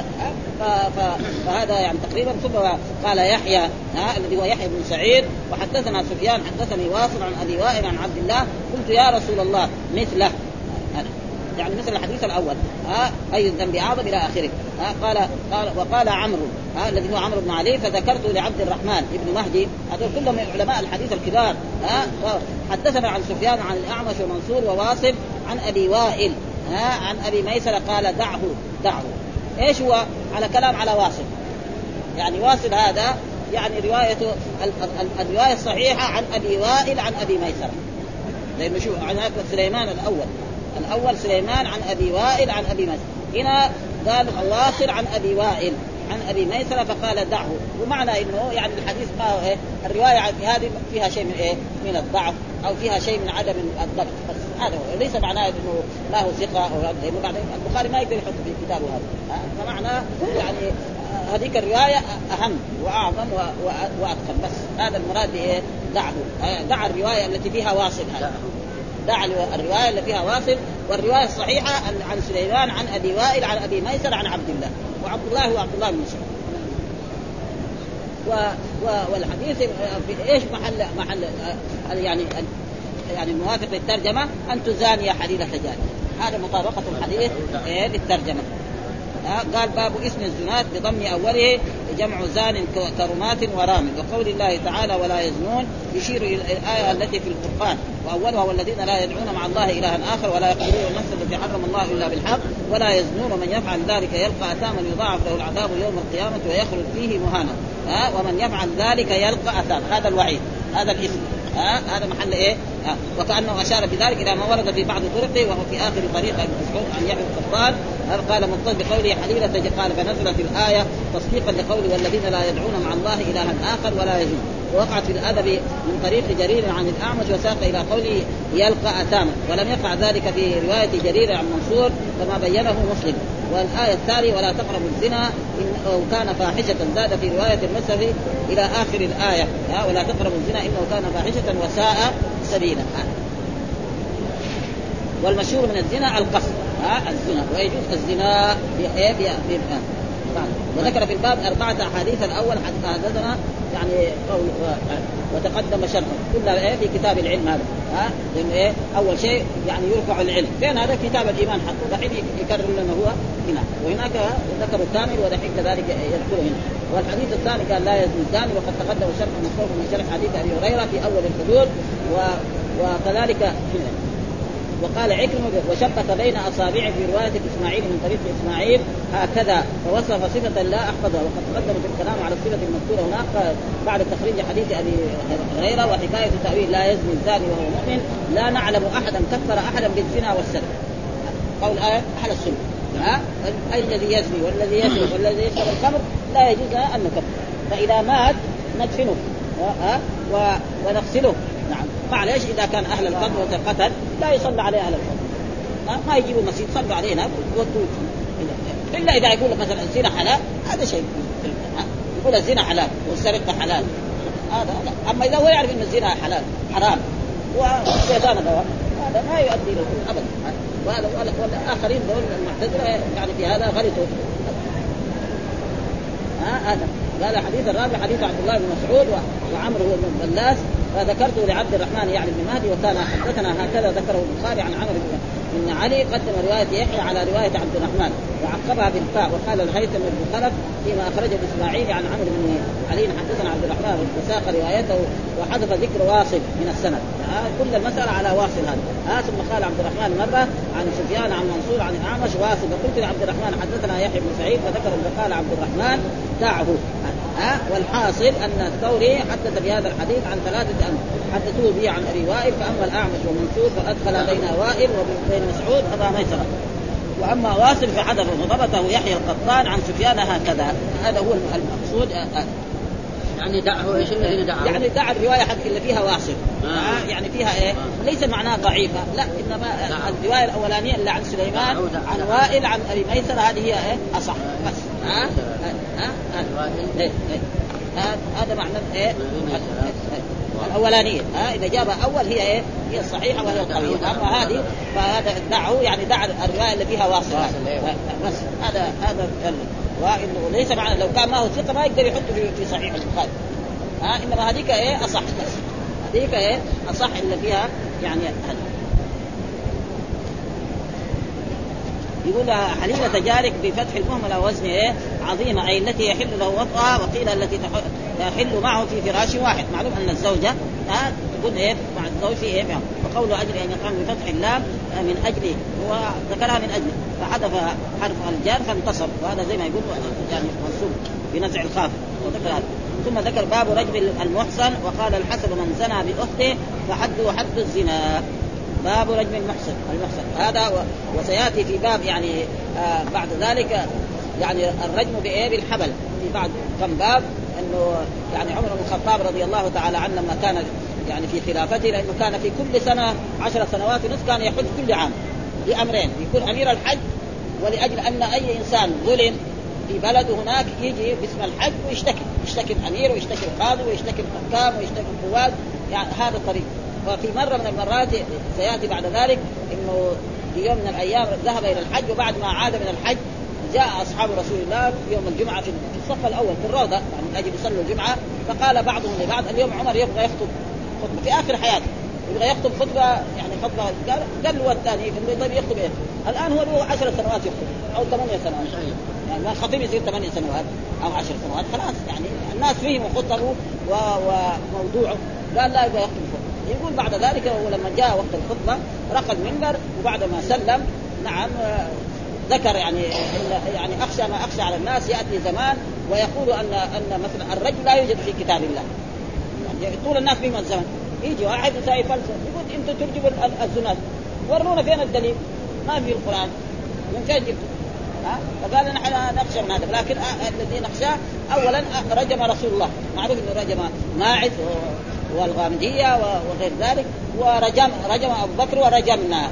فهذا يعني تقريبا. ثم قال يحيى الذي هو يحيى بن سعيد وحدثنا سفيان حدثني واصل عن أبي وائل عن عبد الله قلت يا رسول الله مثله، يعني مثل الحديث الأول ها أي الذنب أعظم إلى آخره. ها قال قال وقال عمرو ها الذي هو عمرو بن علي فذكرته لعبد الرحمن ابن مهدي، هذول كلهم من علماء الحديث الكبار. ها حدثنا عن سفيان عن الأعمش ومنصور وواصل عن أبي وائل ها عن أبي ميسر قال دعه دعه. إيش هو؟ على كلام على واصل، يعني واصل هذا يعني روايته الرواية الصحيحة عن أبي وائل عن أبي ميسر، لأنه شو عن سليمان الأول الأول سليمان عن أبي وائل عن أبي ميسر، هنا قال واصل عن أبي وائل عن أبي ميسر فقال دعه. ومعنى إنه يعني الحديث ما إيه الرواية هذه فيها شيء من إيه من الضعف أو فيها شيء من عدم الضبط، بس هذا هو ليس معناه إنه ما هو ثقة أو لأنه بعد البخاري ما يقدر يحط في كتابه هذا. فمعناه يعني هذيك الرواية أهم وأعظم وأدخل، بس هذا المراد بإيه دعه. دع الرواية التي فيها واصل، هذا دع الرواية التي فيها واصل. والرواية الصحيحة عن سليمان عن أبي وائل عن أبي ميسر عن عبد الله، وعبد الله هو عبد الله بن مسعود. و... و... والحديث في إيش محل محل يعني يعني الموافق للترجمة أن تزاني حليلة جارية، هذا مطابقة الحديث إيه للترجمة. قال باب اسم الزنات بضم أوله جمع زان كرمات ورام، وقول الله تعالى ولا يزنون يشير إلى الآية التي في القرآن وأولها والذين لا يدعون مع الله إلها آخر ولا يقتلون النفس التي حرم الله إلا بالحق ولا يزنون ومن يفعل ذلك يلقى أثاما يضاعف له العذاب يوم القيامة ويخلد فيه مهانا. ها ومن يفعل ذلك يلقى أثاما، هذا الوعيد هذا الاسم. ها هذا محل إيه ها. وكأنه أشار بذلك إلى ما ورد في بعض طرقه وهو في آخر طريقة ابن مسعود عن يحيى القطان قال متصل بقوله حليلة قال فنزلت الآية تصديقا لقوله والذين لا يدعون مع الله إلها آخر ولا يزنون. ووقعت في الأدب من طريق جرير عن الأعمش وساق إلى قوله يلقى أثاما، ولم يقع ذلك في رواية جرير عن منصور كما بينه مسلم. والآية التالية ولا تقربوا الزنا إنه كان فاحشة زاد في رواية المسفي إلى آخر الآية ولا تقربوا الزنا إنه كان فاحشة وساء سبيلا. والمشهور من الزنا القصد الزنا، ويجوز الزنا وذكر في الباب أربعة أحاديث. الأول حدثنا يعني قول وتقدم شرحه كلها في كتاب العلم هذا ها لأن إيه أول شيء يعني يرفع العلم فين هذا كتاب الإيمان حقه دحين يكرر لنا هو هنا، وهناك ذكر الكامل ودحين كذلك يذكره هنا. والحديث الثاني قال لا يزني الزاني وقد تقدم شرح مصروف من شرح حديث أبي هريرة في أول الحدود و... وكذلك هنا. وقال عكرمة وشبك بين أصابعه في رواية إسماعيل من طريق إسماعيل هكذا فوصف صفة لا أحفظها. وقد تقدم في الكلام على الصفة المذكورة هناك بعد تخريج حديث أبي هريرة وحكاية تأويل لا يزني الزاني وهو مؤمن لا نعلم أحدا كفر أحدا بالزنا والسرقة. قول آية أهل السنة ها أي الذي يزني والذي يسرق والذي يشرب الخمر لا يجوز أن نكفر، فإذا مات ندفنه ها ونغسله. نعم معليش إذا كان أهل القتل وقتل لا يصلى عليه أهل القتل، ما يجيبوا مسجد صلوا علينا وقتوا إلا إذا يقول لك مثلا الزنا حلال هذا شيء. يقول الزنا حلال والسرقة حلال هذا لا. أما إذا هو يعرف أن الزنا حلال حرام والشيطان دواء هذا ما يؤدي له أبدا. وهذا والآخرين دول المعتزلة يعني في هذا غلطوا. ها هذا قال حديث الرابع حديث عبد الله بن مسعود وعمرو بن بلاس فذكرته لعبد الرحمن يعني بن مهدي وكان حدثنا هكذا ذكره البخاري عن عمرو بن علي قدم رواية يحيى على رواية عبد الرحمن وعقبها بالفاء. وقال الهيثم بن خلف فيما أخرجه إسماعيل عن عمرو بن علي حدثنا عبد الرحمن وساق روايته وحذف ذكر واصل من السند. آه كل المسألة على واصل هذا. آه ثم قال عبد الرحمن مرة عن سفيان عن منصور عن الأعمش واصل فقلت لعبد الرحمن حدثنا يحيى بن سعيد فذكر قال عبد الرحمن دعه. آه والحاصل أن الثوري حدث بهذا الحديث عن ثلاثة أمر حدثوه به عن أبي وائل فأما الأعمش ومنصور فأدخل بين وائل وبين مسعود أبا ميسرة وأما واصل فحدث وضبطه يحيى القطان عن سفيان هكذا. هذا هو المقصود. آه يعني دعه ايش الذين دعه يعني دع الروايه حق اللي فيها واصل آه. آه يعني فيها ايه آه. ليس معناها ضعيفه لا انما دعه. الروايه الاولانيه اللي عن سليمان دعه دعه. عن وائل عن ابي ميسر هذه هي ايه اصح بس ها ها هذا معنى ايه الاولانيه ها اذا جابها اول هي ايه هي الصحيحه وهي القويه. اما هذه فهذا دعه يعني دع الروايه اللي فيها واصل بس هذا هذا وإنه ليس معنى لو كان ما هو ثقة ما يقدر يحطه في صحيح البخاري. ها إنما هذيك إيه أصح بس هذيك إيه أصح اللي فيها يعني هذا. يقول حليلة جارك بفتح المهملة وزن إيه عظيمة أي التي يحل له وطئها وقيل التي تحل معه في فراش واحد. معلوم أن الزوجة ها تكون إيه مع الزوج في إيه وقوله أجل أن يقام بفتح اللام من أجله هو ذكرها من أجله فحذف حرف الجار فانتصر وهذا زي ما يقول يعني منصوب بنزع الخاف وذكر هذا. ثم ذكر باب رجل المحصن وقال الحسن من زنى بأخته فحده حد الزنا. باب رجم المحصن المحصن هذا وسيأتي في باب يعني آه بعد ذلك يعني الرجم بإيه بالحبل في بعد كم باب انه يعني عمر بن الخطاب رضي الله تعالى عنه لما كان يعني في خلافته لانه كان في كل سنه عشر سنوات ونصف كان يحج كل عام لامرين يكون امير الحج ولاجل ان اي انسان ظلم في بلده هناك يجي باسم الحج ويشتكي يشتكي الامير ويشتكي القاضي ويشتكي الحكام ويشتكي القواد يعني هذا الطريق. وفي مره من المرات سياتي بعد ذلك انه في يوم من الايام ذهب الى الحج وبعد ما عاد من الحج جاء أصحاب رسول الله يوم الجمعة في الصف الأول في الروضة يعني من أجل يصلوا الجمعة فقال بعضهم لبعض اليوم عمر يبغى يخطب خطبة في آخر حياته يبغى يخطب خطبة يعني خطبة قال قال له الثاني طيب يخطب إيه الآن هو له عشر سنوات يخطب أو ثمانية سنوات يعني ما خطيب يصير ثمانية سنوات أو عشر سنوات خلاص يعني الناس فهموا خطبه وموضوعه قال لا يبغى يخطب خطبة. يقول بعد ذلك ولما جاء وقت الخطبة رقد منبر وبعد ما سلم نعم ذكر يعني يعني أخشى ما أخشى على الناس يأتي زمان ويقول أن أن مثلا الرجل لا يوجد في كتاب الله يعني طول الناس فيهم الزمن يجي واحد يساوي فلسفة يقول أنتم ترجبوا الزنا ورونا فين الدليل ما في القرآن من فين جبتوا ها فقال نحن نخشى من هذا لكن الذي نخشى أولا رجم رسول الله معروف أنه رجم ماعز والغامدية وغير ذلك ورجم رجم أبو بكر ورجمنا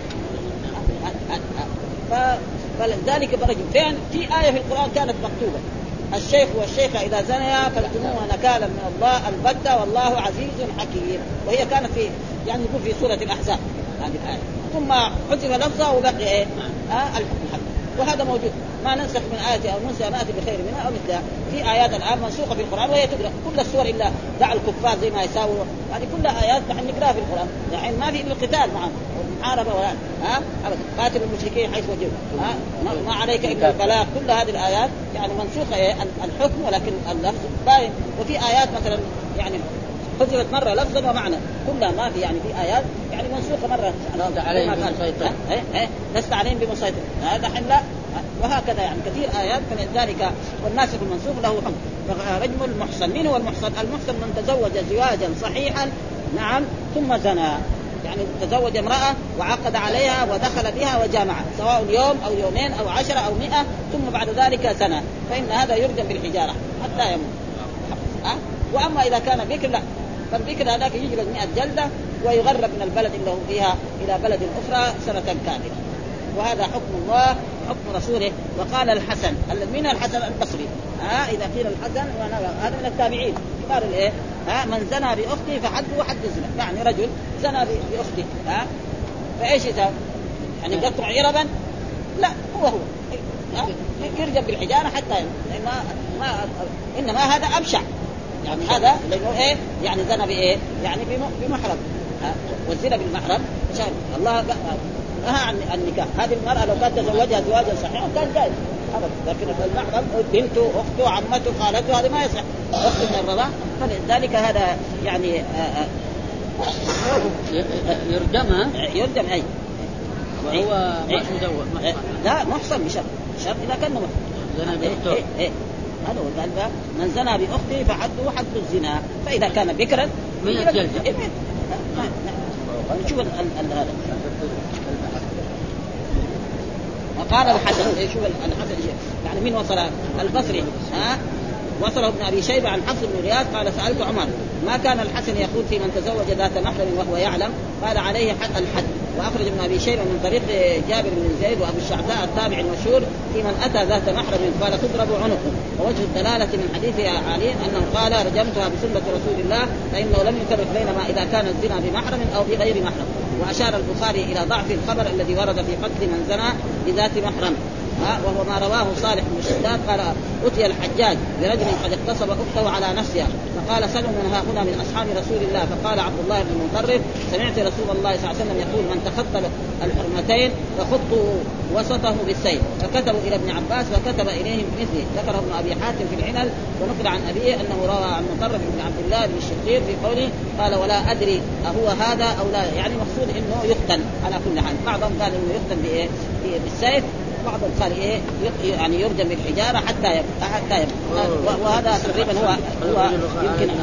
ف فلذلك برجم فين في آية في القرآن كانت مكتوبة الشيخ والشيخة إذا زنيا فاجتنوها نكالا من الله البتة والله عزيز حكيم وهي كانت في يعني يقول في سورة الأحزاب هذه الآية ثم حذف لفظها وبقي إيه آه الحكم وهذا موجود ما ننسخ من آية أو ننسى نأتي بخير منها أو مثلها في آيات الآن منسوخة في القرآن وهي تقرأ كل السور إلا دع الكفار زي ما يساووا هذه كلها آيات نحن نقرأها في القرآن يعني ما في إلا القتال معهم محاربة ولا ها أبدا قاتل المشركين حيث وجدوا ها ما عليك إلا البلاغ كل هذه الآيات يعني منسوخة إيه الحكم ولكن اللفظ باين وفي آيات مثلا يعني حذفت مرة لفظا ومعنى كلها ما في يعني في آيات يعني منسوخة مرة لست عليهم بمسيطر لست عليهم بمسيطر هذا حلا وهكذا يعني كثير آيات فلذلك والناسخ المنسوخ له حكم. فرجم المحصن من هو المحصن؟ المحصن من تزوج زواجا صحيحا نعم ثم زنى يعني تزوج امرأة وعقد عليها ودخل بها وجامعها سواء يوم أو يومين أو عشرة أو مئة ثم بعد ذلك سنة فإن هذا يرجم بالحجارة حتى يموت. أه؟ وأما إذا كان بكر لا فالبكر هذاك يجلد مئة جلدة ويغرب من البلد اللي هو فيها إلى بلد أخرى سنة كاملة. وهذا حكم الله حكم رسوله. وقال الحسن من الحسن البصري ها إذا قيل الحسن هذا من التابعين كبار الإيه ها من زنى بأخته فحده حد الزنا، يعني رجل زنى بأخته ها فإيش إذا يعني قطع عربا لا هو هو يرجم بالحجارة حتى ما ما إنما هذا أبشع يعني هذا لأنه إيه يعني زنا بإيه يعني بمحرم والزنا بالمحرم شان الله نهى عن النكاح. هذه المرأة لو كانت تزوجها زواجا صحيحا كان جائز أبدا، لكن المحرم بنته أخته عمته خالته هذا ما يصح أخت من الرضاع، فلذلك هذا يعني يرجمها يرجم أي وهو مش مزوج لا محصن بشرط شرط إذا كان محصن زنا بأخته إيه إيه هذا هو قال من زنا بأخته فحده حد الزنا، فإذا كان بكرا من يتجلد شوف هذا. وقال الحسن شوف الحسن يعني من وصل البصري ها وصله ابن أبي شيبة عن حفص بن غياث قال سألت عمر ما كان الحسن يقول في من تزوج ذات محرم وهو يعلم قال عليه حد الحد. وأخرج ابن أبي شيبة من طريق جابر بن زيد وأبو الشعثاء التابع المشهور في من أتى ذات محرم قال تضرب عنقه. ووجه الدلالة من حديث علي أنه قال رجمتها بسنة رسول الله فإنه لم يفرق بينما إذا كان الزنا بمحرم أو بغير محرم. وأشار البخاري إلى ضعف الخبر الذي ورد في قتل من زنا بذات محرم وهو ما رواه صالح بن شداد قال أتي الحجاج برجل قد اغتصب أخته على نفسها فقال سلم من ها هنا من أصحاب رسول الله فقال عبد الله بن المطرف سمعت رسول الله صلى الله عليه وسلم يقول من تخطى الحرمتين فخطوا وسطه بالسيف فكتبوا إلى ابن عباس فكتب إليهم مثله. ذكره ابن أبي حاتم في العنل ونقل عن أبيه أنه روى عن مطرف بن عبد الله بن الشقيق في قوله قال ولا أدري أهو هذا أو لا يعني مقصود إنه يقتل على كل حال. بعضهم قال إنه يقتل بإيه بالسيف بعضهم قال إيه يعني يرجم بالحجارة حتى يبقى حتى يبقى وهذا تقريبا هو هو يمكن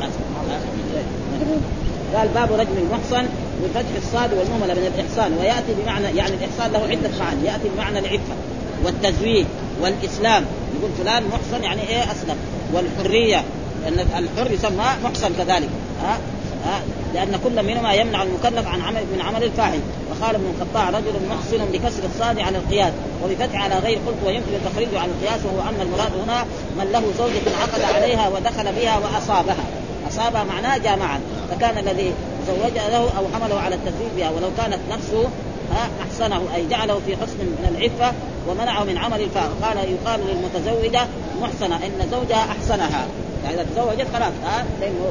قال باب رجم المحصن بفتح الصاد والمهملة من الإحصان ويأتي بمعنى يعني الإحصان له عدة معاني يأتي بمعنى العفة والتزويج والإسلام يقول فلان محصن يعني إيه أسلم والحرية لأن الحر يسمى محصن كذلك ها ها لأن كل منهما يمنع المكلف عن عمل من عمل الفاعل. وقال ابن القطاع رجل محصن بكسر الصاد على القياس وبفتح على غير قلت ويمكن تخريجه عن القياس وهو أن المراد هنا من له زوجة عقد عليها ودخل بها وأصابها أصابها معناه جامعا فكان الذي زوجها له أو حمله على التزويج بها ولو كانت نفسه أحسنه أي جعله في حسن من العفة ومنعه من عمل الفاعل. قال يقال للمتزوجة محسنة إن زوجها أحسنها يعني إذا تزوجت خلاص ها لأنه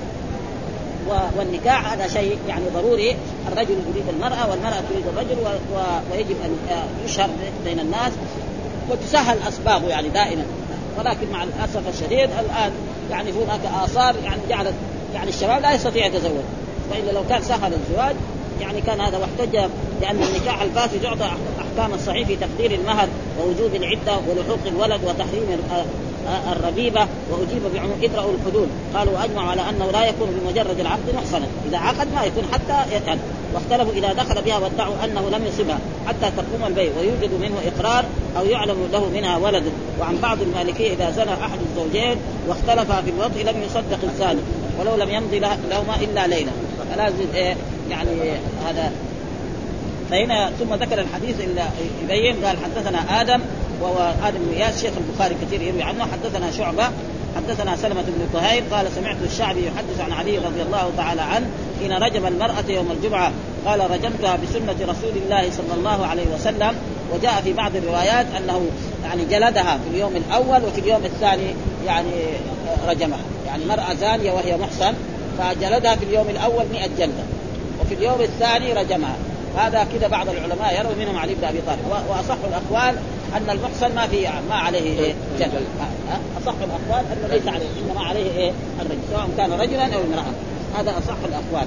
والنكاح هذا شيء يعني ضروري الرجل يريد المرأة والمرأة تريد الرجل و... و... ويجب أن يشهر بين الناس وتسهل أسبابه يعني دائما. ولكن مع الأسف الشديد الآن يعني هناك آثار يعني جعلت يعني الشباب لا يستطيع يتزوج فإلا لو كان سهل الزواج يعني كان هذا واحتج لأن النكاح الفاسد يعطى أحكام الصحيح في تقدير المهر ووجوب العدة ولحوق الولد وتحريم الربيبة وأجيب بعموم ادرأوا الحدود. قالوا أجمعوا على أنه لا يكون بمجرد العقد محصنا إذا عقد ما يكون حتى يتعد. واختلفوا إذا دخل بها وادعوا أنه لم يصبها حتى تقوم البيع ويوجد منه إقرار أو يعلم له منها ولد. وعن بعض المالكية إذا زنى أحد الزوجين واختلفا في الوطء لم يصدق الزاني ولو لم يمضي لهما إلا ليلة فلازم إيه يعني هذا. فهنا ثم ذكر الحديث اللي يبين قال حدثنا آدم وهو آدم بن إياس شيخ البخاري كثير يروي عنه حدثنا شعبة حدثنا سلمة بن طهيب قال سمعت الشعبي يحدث عن علي رضي الله تعالى عنه حين رجم المرأة يوم الجمعة قال رجمتها بسنة رسول الله صلى الله عليه وسلم. وجاء في بعض الروايات أنه يعني جلدها في اليوم الأول وفي اليوم الثاني يعني رجمها يعني مرأة زانية وهي محصن فجلدها في اليوم الأول مئة جلدة وفي اليوم الثاني رجمها. هذا كده بعض العلماء يروا منهم علي بن أبي طالب. وأصح الأقوال أن المحصن ما في ما عليه إيه جلد. أصح الأقوال أنه ليس عليه إنما عليه إيه الرجم سواء كان رجلا أو امرأة. هذا أصح الأقوال.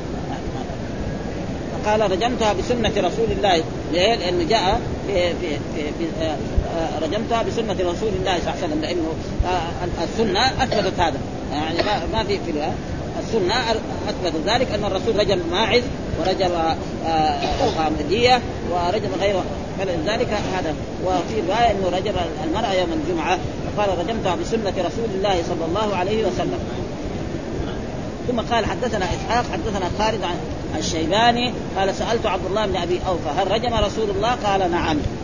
قال رجمتها بسنة رسول الله لأنه جاء في في في رجمتها بسنة رسول الله صلى الله عليه وسلم لأنه السنة أثبتت هذا يعني ما في في السنة أثبت ذلك أن الرسول رجم ماعز ورجم مدية ورجم غيره فلذلك هذا. وفي رواية أنه رجم المرأة يوم الجمعة فقال رجمتها بسنة رسول الله صلى الله عليه وسلم. ثم قال حدثنا إسحاق حدثنا خالد عن الشيباني قال سألت عبد الله بن أبي أوفى هل رجم رسول الله قال نعم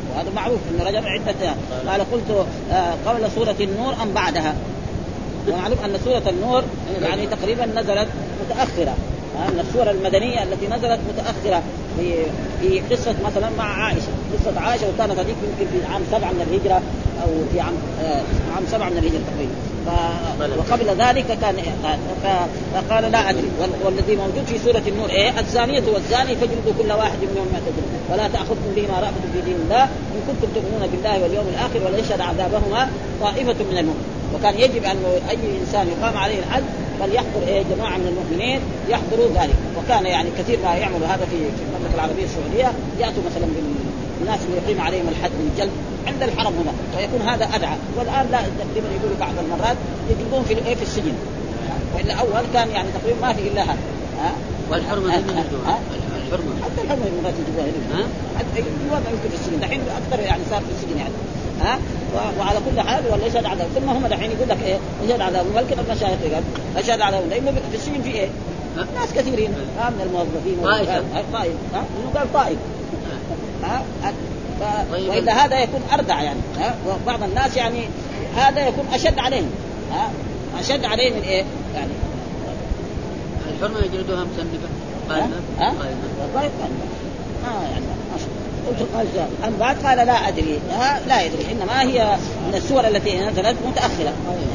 وهذا معروف ان رجم عده. قال قلت قبل سوره النور ام بعدها؟ ومعلوم ان سوره النور يعني تقريبا نزلت متاخره من السور المدنيه التي نزلت متاخره في في قصه مثلا مع عائشه، قصه عائشه وكانت هذيك يمكن في عام سبعه من الهجره او في عام آه عام سبعه من الهجره تقريبا. وقبل ذلك كان فقال لا ادري. والذي موجود في سوره النور ايه؟ الزانيه والزاني فاجلدوا كل واحد منهم مئة جلده ولا تاخذكم بهما رأفة في دين الله ان كنتم تؤمنون بالله واليوم الاخر ولا يشهد عذابهما طائفه من المؤمنين. وكان يجب ان اي انسان يقام عليه الحد فليحضر ايه جماعه من المؤمنين يحضروا ذلك. وكان يعني كثير ما يعمل هذا في المملكه العربيه السعوديه، ياتوا مثلا بالناس اللي يقيم عليهم الحد من الجلد عند الحرم هنا، ويكون هذا ادعى. والان لا تقريبا يقولوا بعض المرات يجلدون في ايه في السجن، والا اول كان يعني تقريبا ما في الا هذا. ها والحرمه من الحرمه حتى الحرمه المرات يجيبوها هنا حتى يجيبوها في السجن دحين اكثر يعني صار في السجن يعني. ها وعلى كل حال ولا يشهد عذاب. ثم هم دحين يقول لك ايه يشهد عذاب، ولكن المشايخ يقول يشهد عذاب لانه في السجن في ايه ناس كثيرين ها من الموظفين طائف ها انه قال طائف ها ف... واذا هذا يكون اردع يعني. ها وبعض الناس يعني هذا يكون اشد عليهم، ها اشد عليهم من ايه يعني الحرمه يجلدوها مسنبه قائمه قائمه قائمه اه يعني قلت قال أم بعد قال لا أدري. ها لا يدري، إنما هي من السور التي نزلت متأخرة.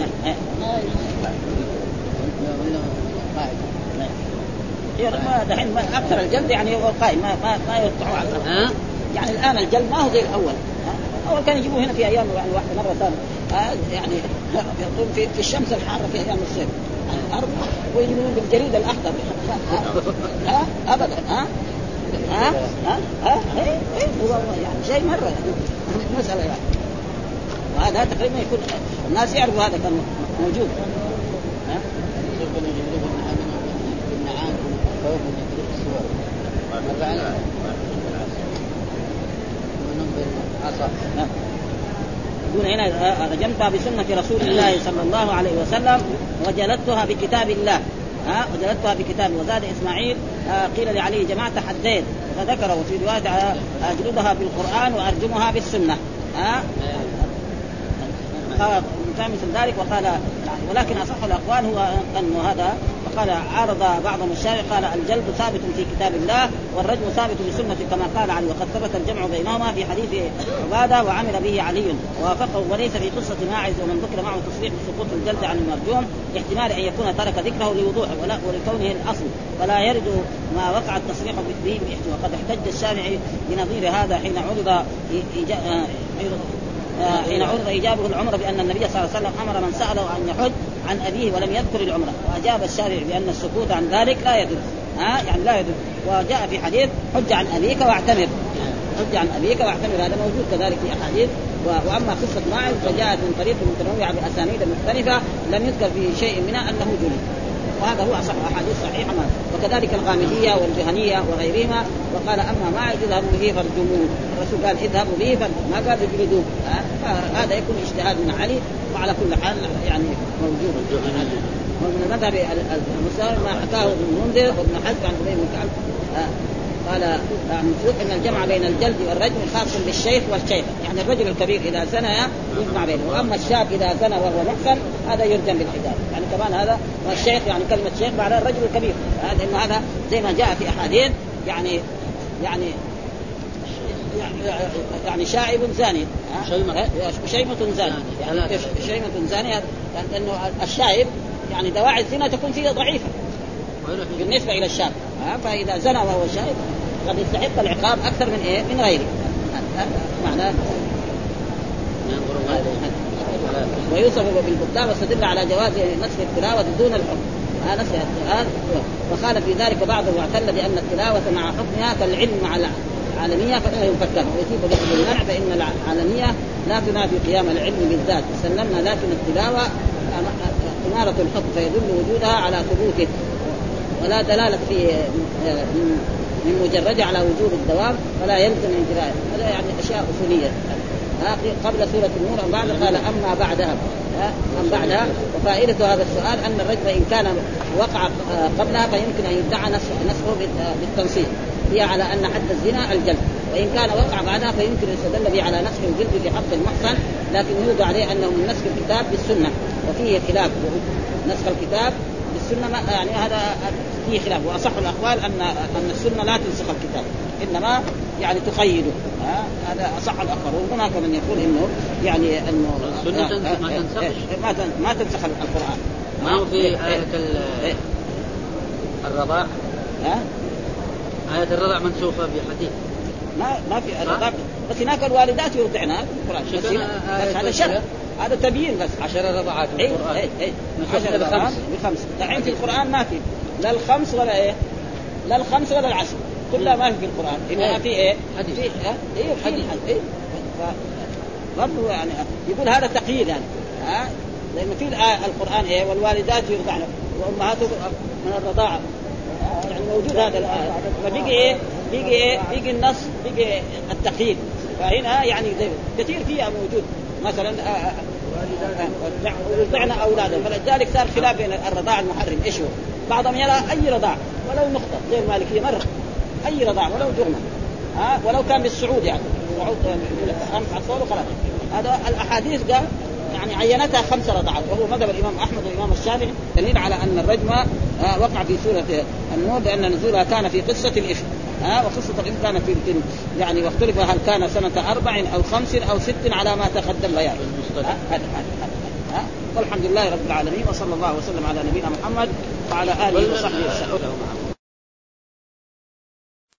دحين أكثر الجلد يعني هو قائم ما ما ما يقطعوا عنه. يعني الآن الجلد ما هو زي الأول. أول كان يجيبوه هنا في أيام يعني واحدة مرة ثانية يعني يقوم في في الشمس الحارة في أيام الصيف الأرض ويجيبوه بالجريد الأخضر. ها أبدا ها ها ها ها ايه ايه يعني شيء مره مساله يعني. وهذا تقريبا يكون الناس يعرفوا هذا كان موجود. ها يقول هنا رجمتها بسنة رسول الله صلى الله عليه وسلم وجلدتها بكتاب الله. ها وجلدتها بكتاب. وزاد إسماعيل آه قيل لعلي جماعة حدين فذكره في رواية أجلدها بالقرآن وأرجمها بالسنة. ها قال مثل ذلك وقال ولكن أصح الأقوال هو أن هذا. وقال عارض بعضهم الشارع قال الجلد ثابت في كتاب الله والرجم ثابت بسنة كما قال علي، وقد ثبت الجمع بينهما في حديث عبادة وعمل به علي ووافقه. وليس في قصة ماعز ومن ذكر معه تصريح بسقوط الجلد عن المرجوم احتمال أن يكون ترك ذكره لوضوحه ولا ولكونه الأصل فلا يرد ما وقع التصريح به باحتمال. وقد احتج الشارعي بنظير هذا حين عرض حين عرض إجابه العمرة بأن النبي صلى الله عليه وسلم أمر من سأله أن يحج عن أبيه ولم يذكر العمرة، وأجاب الشارع بأن السكوت عن ذلك لا يدل. ها يعني لا يدل. وجاء في حديث حج عن أبيك واعتمر، حج عن أبيك واعتمر هذا موجود كذلك في أحاديث. وأما قصة ماعز فجاءت من طريق متنوعة بأسانيد مختلفة لم يذكر في شيء منها أنه جلد، وهذا هو أصح أحاديث صحيحة. وكذلك الغامدية والجهنية وغيرهما. وقال أما ماعز اذهبوا به فارجموه، الرسول قال اذهبوا به ما قال اجلدوه. هذا يكون اجتهاد من علي، وعلى كل حال يعني موجود. ومن المذهب المسلم ما حكاه ابن منذر وابن حزم عن ابي بن كعب قال ان الجمع بين الجلد والرجم خاص بالشيخ والشيخ، يعني الرجل الكبير اذا زنى يجمع بينه، واما الشاب اذا زنى وهو محسن هذا يرجم بالحجاب. يعني كمان هذا والشيخ يعني كلمه شيخ معناها الرجل الكبير، هذا انه هذا زي ما جاء في احاديث يعني يعني يعني شاعب زاني شيمة زاني يعني شيمة زاني، لأنه الشاعب يعني دواعي الزنا تكون فيه ضعيفة بالنسبة إلى الشاب. فإذا زنى وهو شاعب قد يستحق العقاب أكثر من إيه من غيره. معناه ويوصف بالبطلان واستدل على جواز نسخ التلاوة دون الحكم. هذا نسخ القرآن. وقال في ذلك بعضهم واعتل بأن التلاوة مع حكمها كالعلم مع العالمية فلا يفكر ويثيب به المنع، فإن العالمية لا تنافي قيام العلم بالذات سلمنا، لكن التلاوة إمارة الحكم فيدل وجودها على ثبوته ولا دلالة في من مجرد على وجود الدوام فلا يلزم انتفاعه. هذا يعني أشياء أصولية. قبل سورة النور أم بعد قال أما بعدها أم بعدها. وفائدة هذا السؤال أن الرجل إن كان وقع قبلها فيمكن أن يدعى نسخه بالتنصيص هي على أن حد الزنا الجلد، وإن كان وقع بعدها فيمكن يستدل به على نسخ الجلد في حق المحصن، لكن يوضع عليه أنه من نسخ الكتاب بالسنة، وفيه خلاف نسخ الكتاب بالسنة ما يعني هذا فيه خلاف. وأصح الأقوال أن أن السنة لا تنسخ الكتاب، إنما يعني تقيده، هذا أصح الأقوال. وهناك من يقول إنه يعني إنه السنة تنسخ ما تنسخش ما ما تنسخ القرآن. ما هو في آية الرضاع، ها آية الرضاع منسوخة بحديث ما ما في الرضاع، بس هناك الوالدات يرضعن القرآن، بس, بس هذا شرع، هذا تبيين بس. عشر رضعات في القرآن، اي اي عشر رضعات بخمس. الحين في القرآن ما في لا الخمس ولا ايه، لا الخمس ولا العشر، كلها ما في القرآن، إنما في ايه حديث. في ايه حديث ايه برضو يعني يقول هذا تقييد يعني ها، لأن في القرآن ايه والوالدات يرضعن وأمهاتهم من الرضاعة، يعني موجود هذا الآية، فبيجي ايه بيجي ايه بيجي النص بيجي التقييد. فهنا يعني كثير فيها موجود مثلا يرضعن أولادهم، فلذلك صار خلاف بين الرضاع المحرم ايش هو. بعضهم يرى اي رضاع ولو نقطة زي المالكية مرة، اي رضاع ولو جرمة ها، ولو كان بالسعود يعني سعود خمس عصور وخلاص. هذا الأحاديث ده يعني عينتها خمس رضعات، وهو مذهب الإمام أحمد والإمام الشافعي، دليل على أن الرجم وقع في سورة النور، لأن نزولها كان في قصة الإفك ها، وقصة الإفك كانت في يعني واختلف هل كان سنة أربع أو خمس أو ست على ما تقدم بيان. والحمد لله رب العالمين، وصلى الله وسلم على نبينا محمد وعلى آله وصحبه وسلم.